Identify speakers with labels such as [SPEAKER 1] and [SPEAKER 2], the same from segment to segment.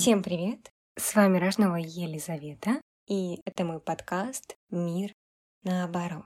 [SPEAKER 1] Всем привет! С вами Рожнова Елизавета, и это мой подкаст «Мир наоборот».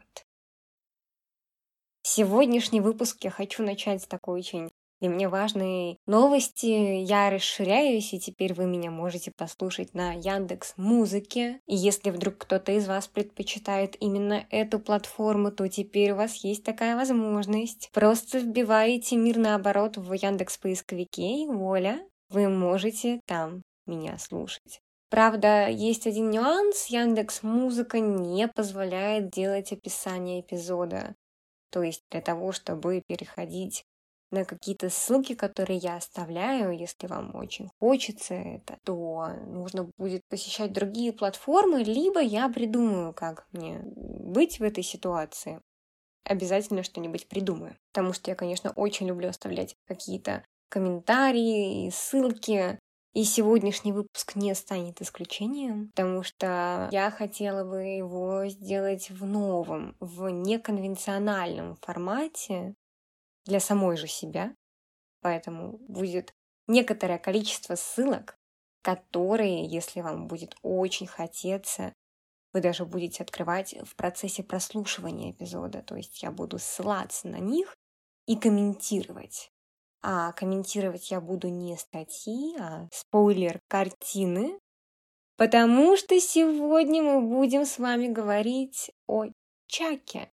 [SPEAKER 1] Сегодняшний выпуск я хочу начать с такой очень для меня важной новости. Я расширяюсь, и теперь вы меня можете послушать на Яндекс.Музыке. И если вдруг кто-то из вас предпочитает именно эту платформу, то теперь у вас есть такая возможность. Просто вбиваете «Мир наоборот» в Яндекс.Поисковике, и вуаля, вы можете там меня слушать. Правда, есть один нюанс: Яндекс.Музыка не позволяет делать описание эпизода. То есть для того, чтобы переходить на какие-то ссылки, которые я оставляю, если вам очень хочется это, то нужно будет посещать другие платформы, либо я придумаю, как мне быть в этой ситуации. Обязательно что-нибудь придумаю. Потому что я, конечно, очень люблю оставлять какие-то комментарии и ссылки. И сегодняшний выпуск не станет исключением, потому что я хотела бы его сделать в новом, в неконвенциональном формате для самой же себя. Поэтому будет некоторое количество ссылок, которые, если вам будет очень хотеться, вы даже будете открывать в процессе прослушивания эпизода. То есть я буду ссылаться на них и комментировать. А комментировать я буду не статьи, а спойлер-картины, потому что сегодня мы будем с вами говорить о Чаке.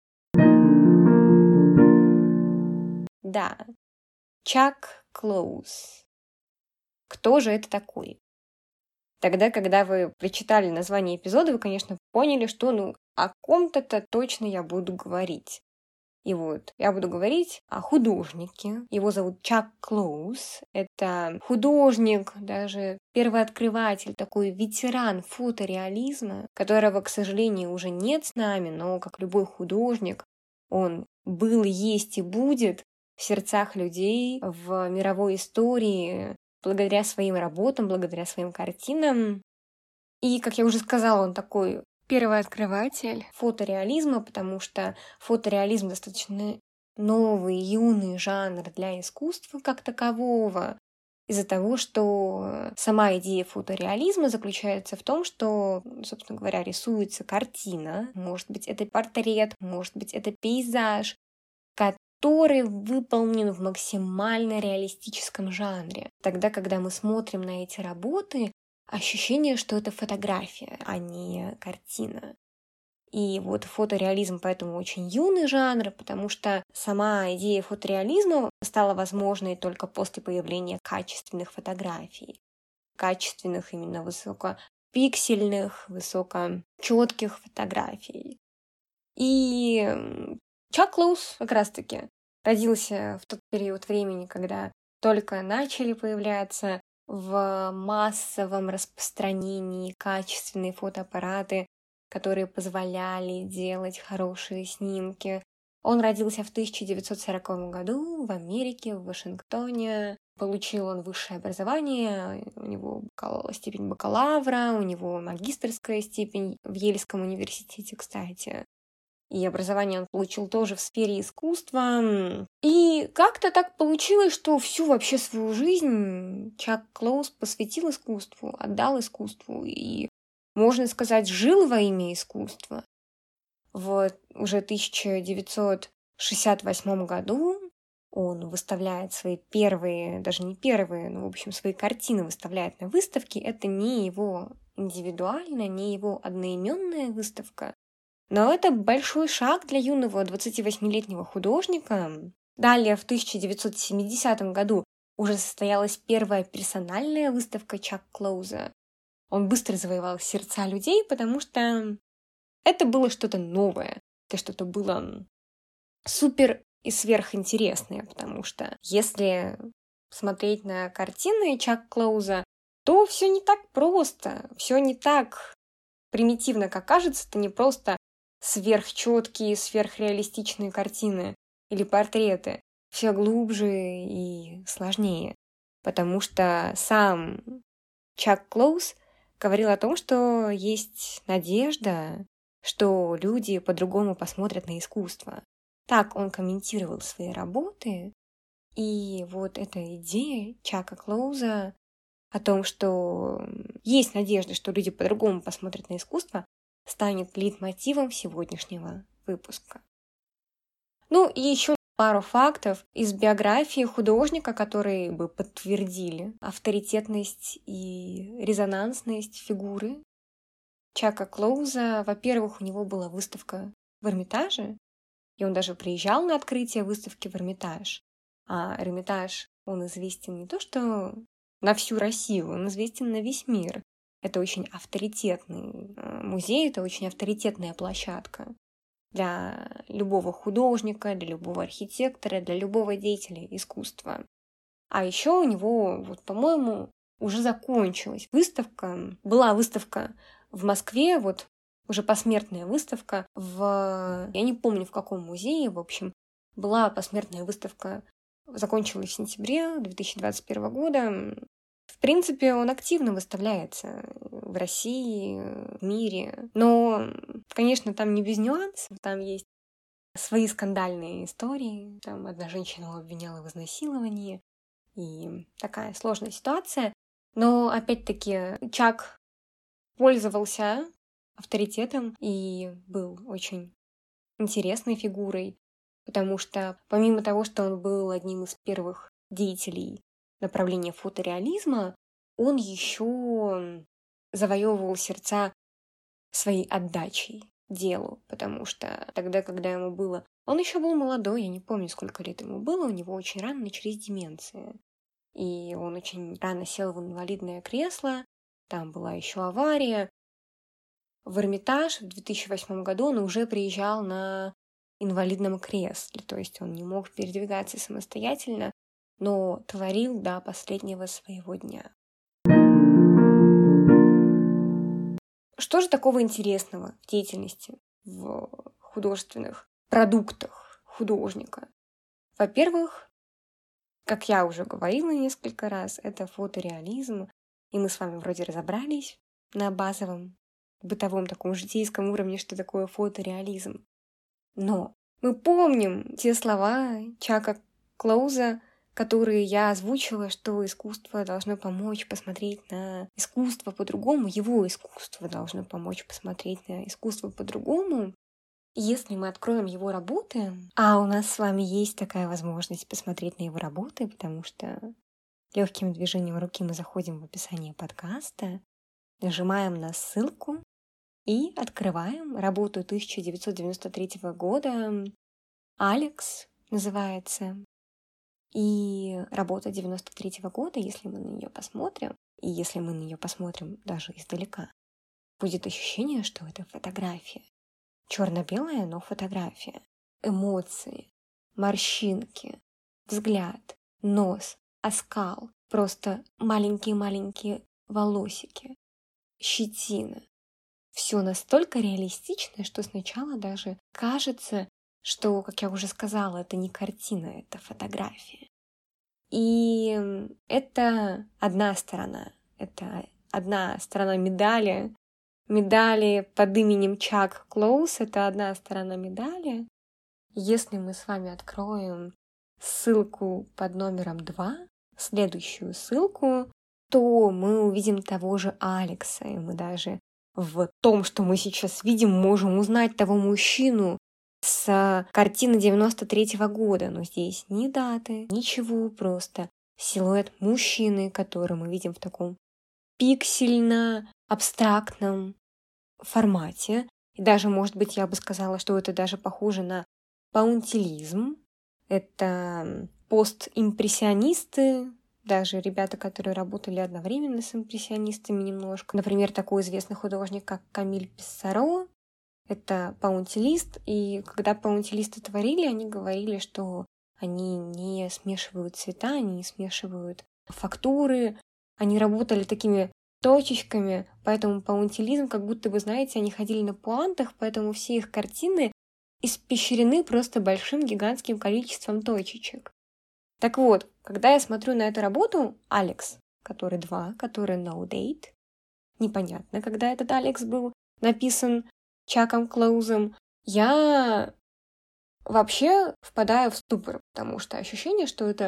[SPEAKER 1] Да, Чак Клоуз. Кто же это такой? Тогда, когда вы прочитали название эпизода, вы, конечно, поняли, что о ком-то точно я буду говорить. И вот я буду говорить о художнике. Его зовут Чак Клоуз. Это художник, даже первооткрыватель, такой ветеран фотореализма, которого, к сожалению, уже нет с нами, но, как любой художник, он был, есть и будет в сердцах людей, в мировой истории, благодаря своим работам, благодаря своим картинам. И, как я уже сказала, он такой первооткрыватель фотореализма, потому что фотореализм достаточно новый, юный жанр для искусства как такового, из-за того, что сама идея фотореализма заключается в том, что, собственно говоря, рисуется картина, может быть, это портрет, может быть, это пейзаж, который выполнен в максимально реалистическом жанре. Тогда, когда мы смотрим на эти работы, ощущение, что это фотография, а не картина. И вот фотореализм поэтому очень юный жанр, потому что сама идея фотореализма стала возможной только после появления качественных фотографий. Качественных, именно высокопиксельных, высокочетких фотографий. И Чак Клоуз как раз-таки родился в тот период времени, когда только начали появляться в массовом распространении качественные фотоаппараты, которые позволяли делать хорошие снимки. Он родился в 1940 году в Америке, в Вашингтоне. Получил он высшее образование, у него степень бакалавра, у него магистерская степень в Ельском университете, кстати. И образование он получил тоже в сфере искусства. И как-то так получилось, что всю вообще свою жизнь Чак Клоуз посвятил искусству, отдал искусству и, можно сказать, жил во имя искусства. В уже 1968 году он выставляет свои первые, даже не первые, но, в общем, свои картины выставляет на выставке. Это не его индивидуальная, не его одноименная выставка. Но это большой шаг для юного 28-летнего художника. Далее, в 1970 году уже состоялась первая персональная выставка Чак Клоуза. Он быстро завоевал сердца людей, потому что это было что-то новое. Это что-то было супер и сверхинтересное, потому что если смотреть на картины Чак Клоуза, то все не так просто, все не так примитивно, как кажется. Это не просто сверхчеткие, сверхреалистичные картины или портреты. Все глубже и сложнее. Потому что сам Чак Клоуз говорил о том, что есть надежда, что люди по-другому посмотрят на искусство. Так он комментировал свои работы. И вот эта идея Чака Клоуза о том, что есть надежда, что люди по-другому посмотрят на искусство, станет лейтмотивом сегодняшнего выпуска. Ну и еще пару фактов из биографии художника, которые бы подтвердили авторитетность и резонансность фигуры Чака Клоуза. Во-первых, у него была выставка в Эрмитаже, и он даже приезжал на открытие выставки в Эрмитаж. А Эрмитаж, он известен не то что на всю Россию, он известен на весь мир. Это очень авторитетный музей, это очень авторитетная площадка для любого художника, для любого архитектора, для любого деятеля искусства. А еще у него, вот, по-моему, уже закончилась выставка. Была выставка в Москве, вот уже посмертная выставка я не помню в каком музее, в общем, была посмертная выставка, закончилась в сентябре 2021 года. В принципе, он активно выставляется в России, в мире. Но, конечно, там не без нюансов. Там есть свои скандальные истории. Там одна женщина его обвиняла в изнасиловании. И такая сложная ситуация. Но, опять-таки, Чак пользовался авторитетом и был очень интересной фигурой. Потому что, помимо того, что он был одним из первых деятелей направления фотореализма, он еще завоевывал сердца своей отдачей делу, потому что тогда, когда ему было... Он еще был молодой, я не помню, сколько лет ему было, у него очень рано начались деменции. И он очень рано сел в инвалидное кресло, там была еще авария. В Эрмитаж в 2008 году он уже приезжал на инвалидном кресле, то есть он не мог передвигаться самостоятельно, но творил до последнего своего дня. Что же такого интересного в деятельности, в художественных продуктах художника? Во-первых, как я уже говорила несколько раз, это фотореализм, и мы с вами вроде разобрались на базовом, бытовом таком житейском уровне, что такое фотореализм. Но мы помним те слова Чака Клоуза, которые я озвучила, что искусство должно помочь посмотреть на искусство по-другому, его искусство должно помочь посмотреть на искусство по-другому. Если мы откроем его работы, а у нас с вами есть такая возможность посмотреть на его работы, потому что легким движением руки мы заходим в описание подкаста, нажимаем на ссылку и открываем работу 1993 года. «Алекс» называется. И работа 93 года, если мы на нее посмотрим, и если мы на нее посмотрим даже издалека, будет ощущение, что это фотография. Черно-белая, но фотография. Эмоции, морщинки, взгляд, нос, оскал, просто маленькие-маленькие волосики, щетина. Все настолько реалистично, что сначала даже кажется, что, как я уже сказала, это не картина, это фотография. И это одна сторона. Это одна сторона медали. Медали под именем Чак Клоуз — это одна сторона медали. Если мы с вами откроем ссылку под номером 2, следующую ссылку, то мы увидим того же Алекса. И мы даже в том, что мы сейчас видим, можем узнать того мужчину с картины 93 года. Но здесь ни даты, ничего, просто силуэт мужчины, который мы видим в таком пиксельно-абстрактном формате. И даже, может быть, я бы сказала, что это даже похоже на паунтилизм. Это постимпрессионисты, даже ребята, которые работали одновременно с импрессионистами немножко. Например, такой известный художник, как Камиль Писсаро. Это паунтилист. И когда паунтилисты творили, они говорили, что они не смешивают цвета, они не смешивают фактуры. Они работали такими точечками, поэтому паунтилизм, как будто бы, знаете, они ходили на пуантах, поэтому все их картины испещрены просто большим гигантским количеством точечек. Так вот, когда я смотрю на эту работу, Алекс, который 2, который No Date, непонятно, когда этот Алекс был написан Чаком Клоузом, я вообще впадаю в ступор, потому что ощущение, что это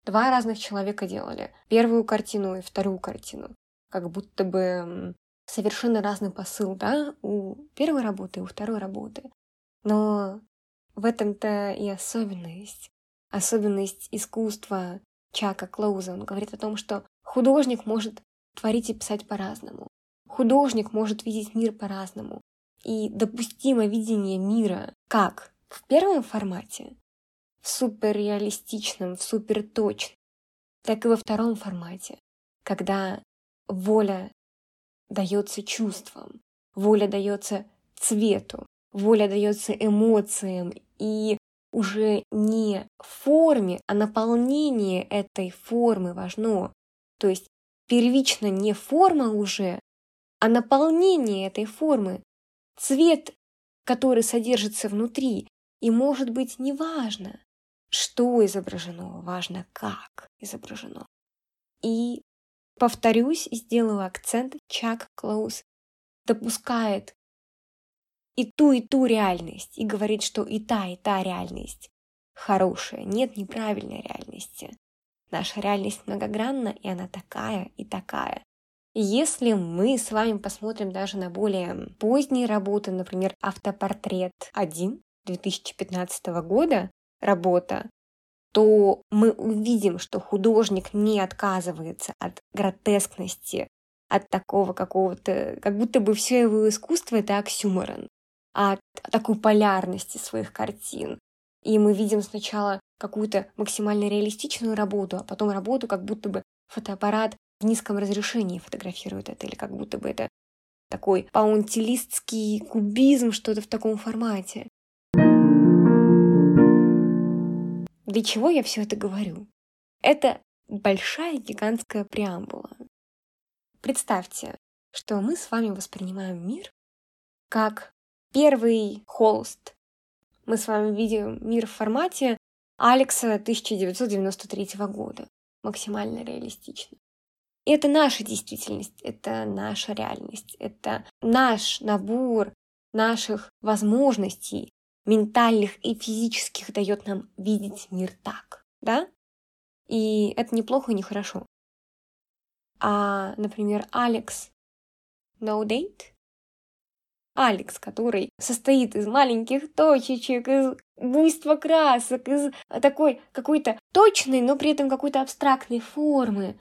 [SPEAKER 1] два разных человека делали. Первую картину и вторую картину. Как будто бы совершенно разный посыл, да, у первой работы и у второй работы. Но в этом-то и особенность. Особенность искусства Чака Клоуза. Он говорит о том, что художник может творить и писать по-разному. Художник может видеть мир по-разному. И допустимо видение мира как в первом формате, в суперреалистичном, в суперточном, так и во втором формате, когда воля дается чувствам, воля дается цвету, воля дается эмоциям, и уже не в форме, а наполнение этой формы важно. То есть первично не форма уже, а наполнение этой формы, цвет, который содержится внутри. И может быть неважно, что изображено, важно, как изображено. И повторюсь и сделаю акцент, Чак Клоуз допускает и ту реальность, и говорит, что и та реальность хорошая, нет неправильной реальности. Наша реальность многогранна, и она такая и такая. И если мы с вами посмотрим даже на более поздние работы, например, «Автопортрет 1» 2015 года работа, то мы увидим, что художник не отказывается от гротескности, от такого какого-то, как будто бы все его искусство — это оксюморон, от такой полярности своих картин. И мы видим сначала какую-то максимально реалистичную работу, а потом работу, как будто бы фотоаппарат в низком разрешении фотографирует это, или как будто бы это такой паунтилистский кубизм, что-то в таком формате. Для чего я все это говорю? Это большая гигантская преамбула. Представьте, что мы с вами воспринимаем мир как первый холст. Мы с вами видим мир в формате Алекса 1993 года. Максимально реалистично. И это наша действительность, это наша реальность, это наш набор наших возможностей, ментальных и физических, дает нам видеть мир так, да? И это неплохо и нехорошо. А, например, Алекс No Date, Алекс, который состоит из маленьких точечек, из буйства красок, из такой какой-то точной, но при этом какой-то абстрактной формы.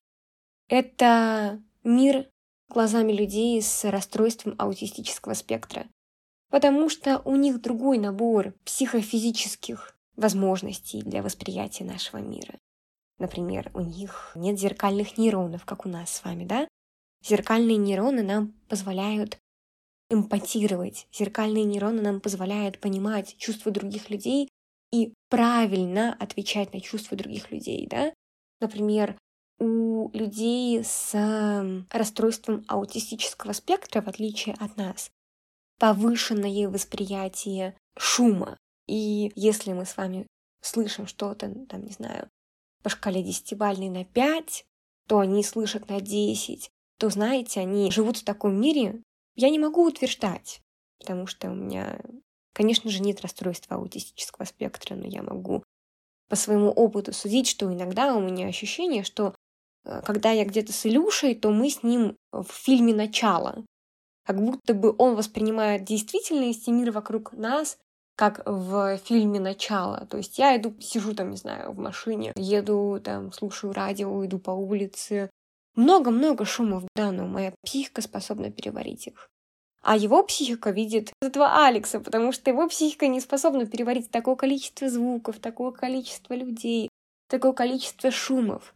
[SPEAKER 1] Это мир глазами людей с расстройством аутистического спектра. Потому что у них другой набор психофизических возможностей для восприятия нашего мира. Например, у них нет зеркальных нейронов, как у нас с вами, да? Зеркальные нейроны нам позволяют эмпатировать. Зеркальные нейроны нам позволяют понимать чувства других людей и правильно отвечать на чувства других людей, да? Например, у людей с расстройством аутистического спектра, в отличие от нас, повышенное восприятие шума. И если мы с вами слышим что-то, там, не знаю, по шкале 10-бальной на 5, то они слышат на 10, то, знаете, они живут в таком мире, я не могу утверждать, потому что у меня, конечно же, нет расстройства аутистического спектра, но я могу по своему опыту судить, что иногда у меня ощущение, что когда я где-то с Илюшей, то мы с ним в фильме «Начало». Как будто бы он воспринимает действительность и мир вокруг нас, как в фильме «Начало». То есть я сижу там, не знаю, в машине, еду, там, слушаю радио, иду по улице. Много-много шумов, да, но моя психика способна переварить их. А его психика видит этого Алекса, потому что его психика не способна переварить такое количество звуков, такое количество людей, такое количество шумов.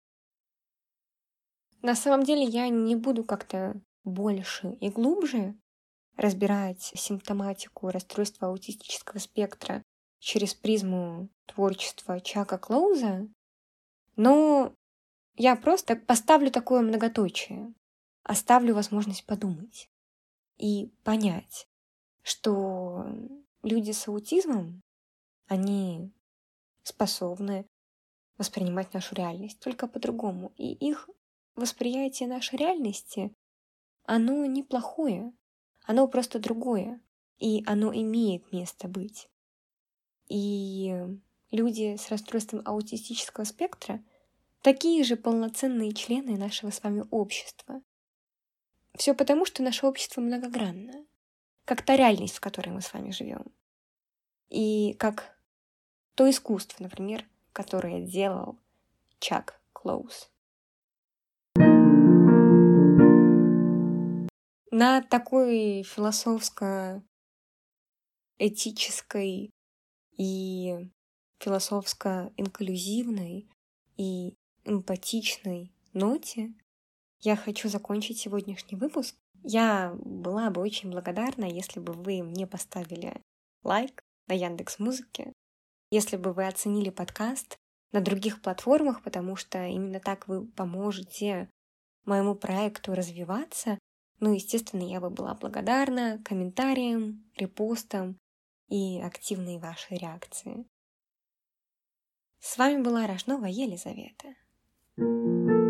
[SPEAKER 1] На самом деле я не буду как-то больше и глубже разбирать симптоматику расстройства аутистического спектра через призму творчества Чака Клоуза, но я просто поставлю такое многоточие, оставлю возможность подумать и понять, что люди с аутизмом, они способны воспринимать нашу реальность только по-другому, и их восприятие нашей реальности, оно неплохое, оно просто другое, и оно имеет место быть. И люди с расстройством аутистического спектра, такие же полноценные члены нашего с вами общества. Все потому, что наше общество многогранно, как та реальность, в которой мы с вами живем. И как то искусство, например, которое делал Чак Клоуз. На такой философско-этической и философско-инклюзивной и эмпатичной ноте я хочу закончить сегодняшний выпуск. Я была бы очень благодарна, если бы вы мне поставили лайк на Яндекс.Музыке, если бы вы оценили подкаст на других платформах, потому что именно так вы поможете моему проекту развиваться. Ну, естественно, я бы была благодарна комментариям, репостам и активной вашей реакции. С вами была Рожнова Елизавета.